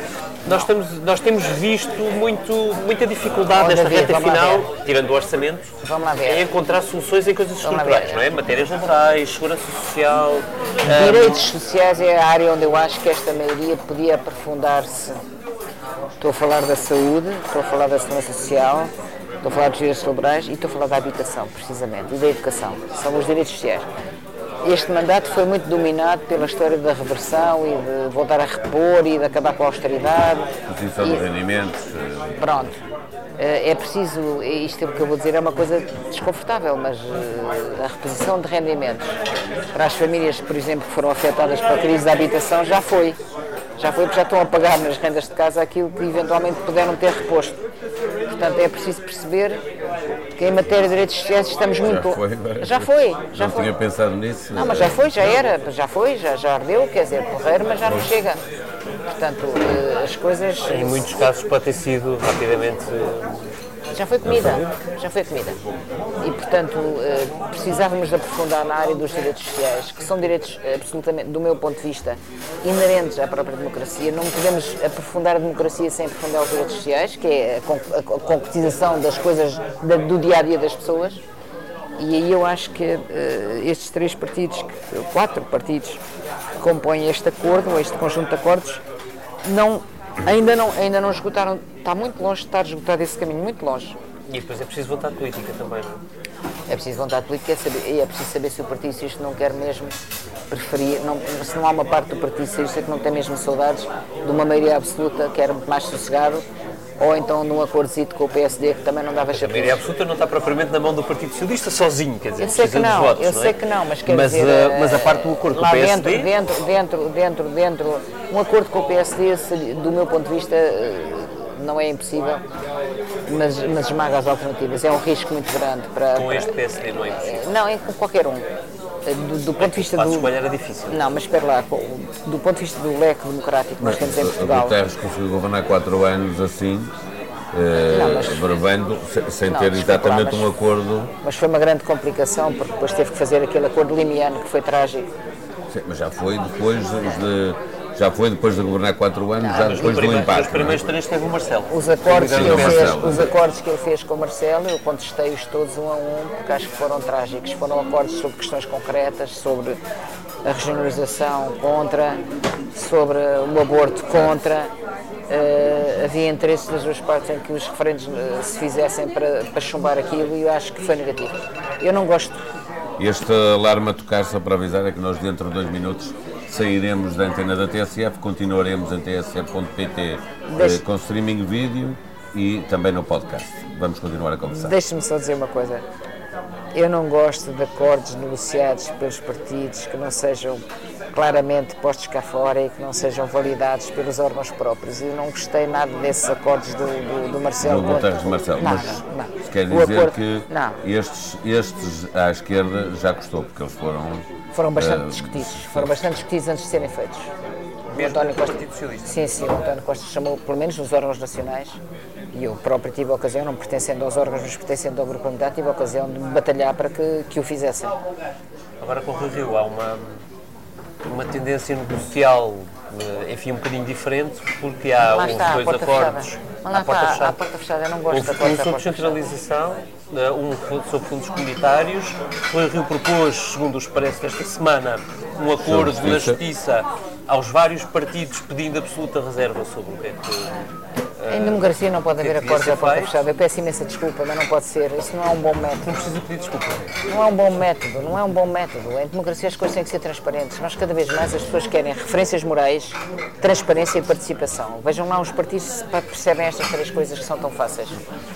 Nós temos visto muita dificuldade nesta reta final, tirando o orçamento, em encontrar soluções em coisas estruturais, não é? Matérias laborais, segurança social... Direitos sociais é a área onde eu acho que esta maioria podia aprofundar-se. Estou a falar da saúde, estou a falar da segurança social, estou a falar dos direitos laborais e estou a falar da habitação, precisamente, e da educação. São os direitos sociais. Este mandato foi muito dominado pela história da reversão e de voltar a repor e de acabar com a austeridade. Reposição de rendimentos. Pronto. É preciso, isto que eu vou dizer é uma coisa desconfortável, mas a reposição de rendimentos para as famílias, por exemplo, que foram afetadas pela crise da habitação já foi. Porque já estão a pagar nas rendas de casa aquilo que eventualmente puderam ter reposto. Portanto, é preciso perceber que em matéria de direitos sociais estamos muito... Já foi. Não tinha pensado nisso. Não, mas já foi, já ardeu, quer dizer, porreiro, mas já não chega. Portanto, as coisas... Em muitos casos pode ter sido rapidamente... Já foi comida. E, portanto, precisávamos de aprofundar na área dos direitos sociais, que são direitos absolutamente, do meu ponto de vista, inerentes à própria democracia. Não podemos aprofundar a democracia sem aprofundar os direitos sociais, que é a concretização das coisas do dia-a-dia das pessoas. E aí eu acho que estes 4 partidos que compõem este acordo, ou este conjunto de acordos, ainda não esgotaram, está muito longe de estar esgotado esse caminho, muito longe. E depois é preciso vontade política também, não é? É preciso vontade política e é preciso saber se o Partido Socialista não quer mesmo preferir, se não há uma parte do Partido Socialista que não tem mesmo saudades de uma maioria absoluta, que era muito mais sossegado, ou então num acordozito com o PSD que também não dava chapéu. A maioria absoluta não está propriamente na mão do Partido Socialista sozinho, quer dizer, eu sei que não, dos votos, eu sei que não, mas quer dizer... Mas a parte do acordo com o PSD... Dentro, um acordo com o PSD, do meu ponto de vista, não é impossível, mas esmaga as alternativas. É um risco muito grande para... Com este PSD não é impossível? Não, é com qualquer um. Do ponto de vista Passos do... Coelho era difícil. Não, mas espera lá, do ponto de vista do leque democrático que nós temos em Portugal... Guterres conseguiu governar 4 anos assim, verbando, sem Não, ter desculpa lá, exatamente um acordo. Mas foi uma grande complicação, porque depois teve que fazer aquele acordo limiano, que foi trágico. Sim, mas já foi depois de governar 4 anos, já Mas depois do nos impacto. primeiros 3 teve o Marcelo. Os acordos Marcelo. que ele fez com o Marcelo, eu contestei-os todos um a um, porque acho que foram trágicos. Foram acordos sobre questões concretas, sobre a regionalização contra, sobre o aborto contra. Havia interesses das duas partes em que os referendos se fizessem para chumbar aquilo, e eu acho que foi negativo. Eu não gosto. Este alarme a tocar, só para avisar, é que nós dentro de 2 minutos sairemos da antena da TSF, continuaremos em tsf.pt com streaming vídeo e também no podcast. Vamos continuar a conversar. Deixe-me só dizer uma coisa. Eu não gosto de acordos negociados pelos partidos que não sejam claramente postos cá fora e que não sejam validados pelos órgãos próprios. Eu não gostei nada desses acordos do Marcelo. Do Guterres Marcelo. Não, mas não. isso quer dizer que estes à esquerda já custou, porque eles foram bastante discutidos. Foram bastante discutidos antes de serem feitos. Mesmo no Partido Socialista. Sim, o António Costa chamou, pelo menos nos órgãos nacionais, e eu próprio tive a ocasião, não pertencendo aos órgãos, mas pertencendo ao grupo parlamentar, tive a ocasião de batalhar para que o fizessem. Agora com o Rui Rio há uma tendência negocial, enfim, um bocadinho diferente, porque houve 2 acordos à porta fechada. Eu não gosto da um sobre descentralização, um sobre fundos comunitários. O Rui Rio propôs, segundo os parece desta semana, um acordo na Justiça aos vários partidos pedindo absoluta reserva sobre o que é que... Em democracia não pode haver acordos à porta fechada. Eu peço imensa desculpa, mas não pode ser. Isso não é um bom método. Não precisa pedir desculpa. Não é um bom método. Em democracia as coisas têm que ser transparentes. Nós cada vez mais as pessoas querem referências morais, transparência e participação. Vejam lá os partidos para percebem estas 3 coisas que são tão fáceis.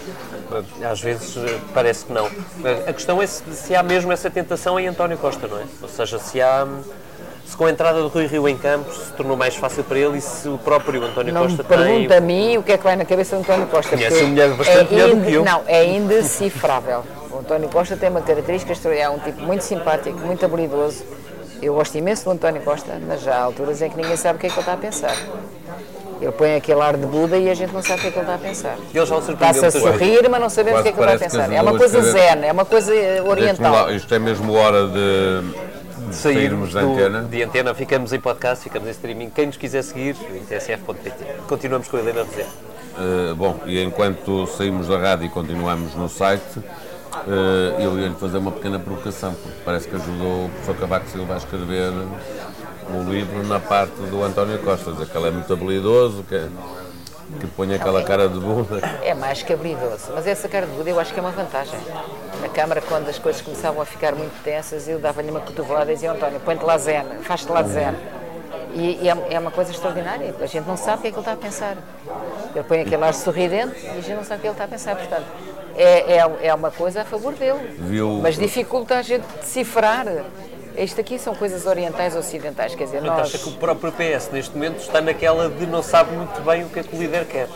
Às vezes parece que não. A questão é se há mesmo essa tentação em António Costa, não é? Ou seja, se com a entrada do Rui Rio em Campos se tornou mais fácil para ele e se o próprio António Costa tem... Não me pergunta a mim o que é que vai na cabeça do António Costa. Conhece uma mulher bastante melhor do que eu. Não, é indecifrável. O António Costa tem uma característica extraordinária, é um tipo muito simpático, muito habilidoso. Eu gosto imenso do António Costa, mas já há alturas em que ninguém sabe o que é que ele está a pensar. Ele põe aquele ar de Buda e a gente não sabe o que é que ele está a pensar. Está-se a sorrir, mas não sabemos o que é que ele está a pensar. É uma coisa zen, é uma coisa oriental. Isto é mesmo hora de sairmos da antena. De antena, ficamos em podcast, ficamos em streaming. Quem nos quiser seguir, em tsf.pt. Continuamos com a Helena Roseta. Bom, e enquanto saímos da rádio e continuamos no site, eu ia-lhe fazer uma pequena provocação, porque parece que ajudou o professor Cavaco Silva a escrever o livro na parte do António Costa, dizer que ele é muito habilidoso, que põe aquela cara de Buda. É mais que habilidoso, mas essa cara de Buda eu acho que é uma vantagem. Na Câmara, quando as coisas começavam a ficar muito tensas, eu dava-lhe uma cotovelada e dizia: António, põe-te lá zen, faz-te lá zen. E é uma coisa extraordinária, a gente não sabe o que é que ele está a pensar. Ele põe aquele ar sorridente e a gente não sabe o que ele está a pensar, portanto, é uma coisa a favor dele. Mas dificulta a gente decifrar. Isto aqui são coisas orientais ou ocidentais, quer dizer, nós... Acha que o próprio PS, neste momento, está naquela de não sabe muito bem o que é que o líder quer?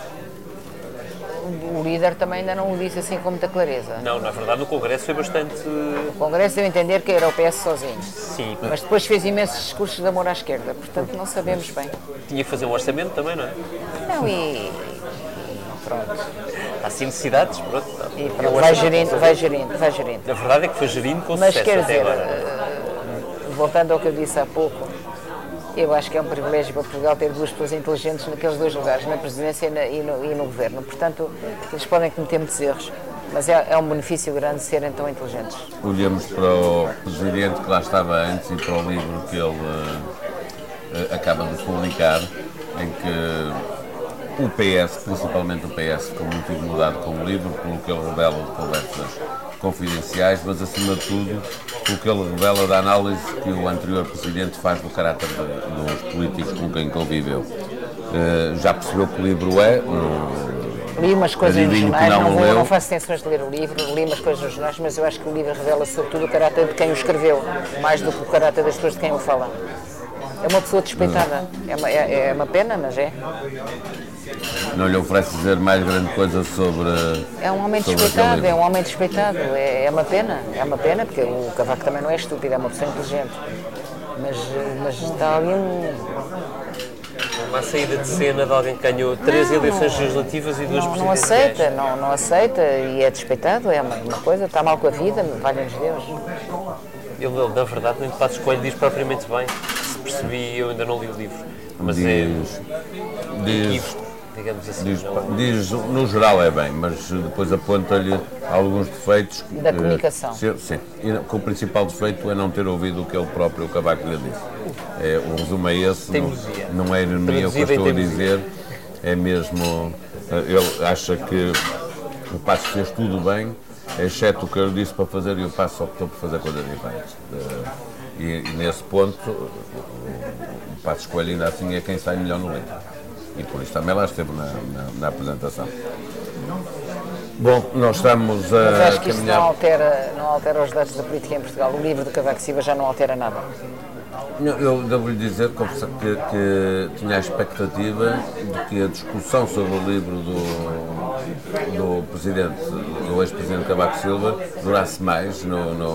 O líder também ainda não o disse assim com muita clareza. Não, na verdade, no Congresso foi bastante... O Congresso deu a entender que era o PS sozinho. Sim. Mas depois fez imensos discursos de amor à esquerda, portanto não sabemos bem. Tinha que fazer um orçamento também, não é? Não, e pronto. Há sim necessidades, pronto. E pronto, vai gerindo. A verdade é que foi gerindo com mas sucesso quer até dizer, agora. Voltando ao que eu disse há pouco, eu acho que é um privilégio para Portugal ter 2 pessoas inteligentes naqueles 2 lugares, na presidência e no governo. Portanto, eles podem cometer muitos erros, mas é um benefício grande serem tão inteligentes. Olhamos para o presidente que lá estava antes e para o livro que ele acaba de publicar, em que o PS, principalmente o PS, ficou muito incomodado com o livro, pelo que ele revela de conversas confidenciais, mas acima de tudo, pelo que ele revela da análise que o anterior presidente faz do caráter dos políticos com quem conviveu. Já percebeu que o livro é? Li umas coisas nos jornais, não não faço intenções de ler o livro, li umas coisas nos jornais, mas eu acho que o livro revela sobretudo o caráter de quem o escreveu, mais do que o caráter das pessoas de quem o fala. É uma pessoa despeitada, é uma pena, mas é. não lhe oferece dizer mais grande coisa sobre. É um homem sobre despeitado, aquele livro. é um homem despeitado. É uma pena, porque o Cavaco também não é estúpido, é uma pessoa inteligente. Mas está ali Uma saída de cena de alguém que ganhou 3 eleições legislativas e 2 não presidenciais. aceita, não aceita e é despeitado, é uma coisa, está mal com a vida, valha-nos Deus. Ele, na verdade, nem de Passos Coelho diz propriamente bem. Se percebi, eu ainda não li o livro. Mas Diz, equívoco, digamos assim. diz, no geral é bem, mas depois aponta-lhe alguns defeitos. Da comunicação. Sim, e que o principal defeito é não ter ouvido o que ele próprio, o Cavaco, lhe disse. O resumo é esse, Teimosia. não é ironia o que eu Traduzida em estou a teimosia. dizer, é mesmo, ele acha que o Passos fez tudo bem, exceto o que eu lhe disse para fazer, e o Passos optou por fazer coisas diferentes. E nesse ponto, o Passos Coelho ainda assim é quem sai melhor no livro. E por isso também lá esteve na apresentação. Bom, nós estamos Mas a acho que isto caminhar. não altera os dados da política em Portugal. O livro de Cavaco Silva já não altera nada. Eu devo-lhe dizer que tinha a expectativa de que a discussão sobre o livro do presidente, do ex-presidente Cavaco Silva, durasse mais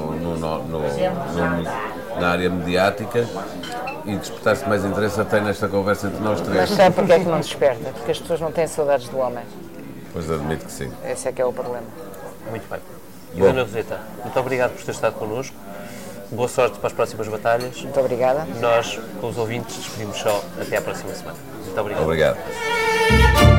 na área mediática e despertasse mais interesse até nesta conversa entre nós Mas três. sabe porque é que não desperta? Porque as pessoas não têm saudades do homem. Pois admito que sim. Esse é que é o problema. Muito bem. Helena Roseta, muito obrigado por ter estado connosco. Boa sorte para as próximas batalhas. Muito obrigada. Nós, com os ouvintes, despedimos só até à próxima semana. Muito obrigado. Obrigado.